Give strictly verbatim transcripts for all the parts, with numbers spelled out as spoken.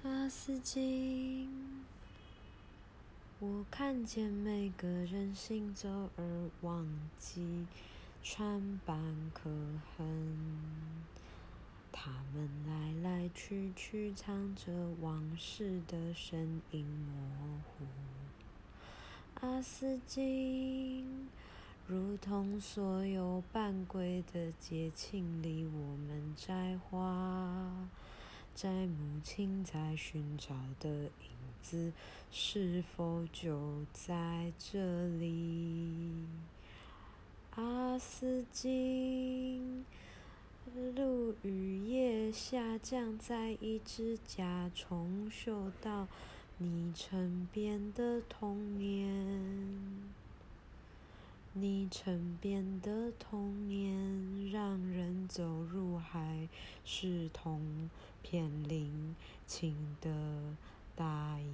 阿斯金，我看见每个人行走而忘记穿板刻痕，他们来来去去，唱着往事的声音模糊。阿斯金，如同所有半归的节庆里，我们摘花，摘母亲在寻找的影子，是否就在这里？阿斯金，露雨夜下降在一只甲虫嗅到你唇边的童年，你唇边的童年，让人走入海是同片零情的大衣，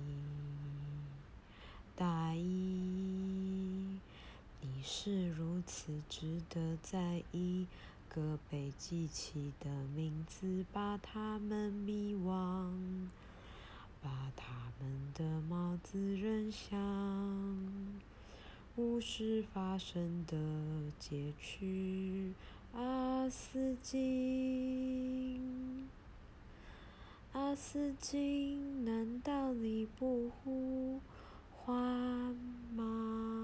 大衣，你是如此值得在意，个被记起的名字，把他们迷惘，把他们的帽子扔向无事发生的街区。阿斯金，阿斯金，难道你不呼唤吗？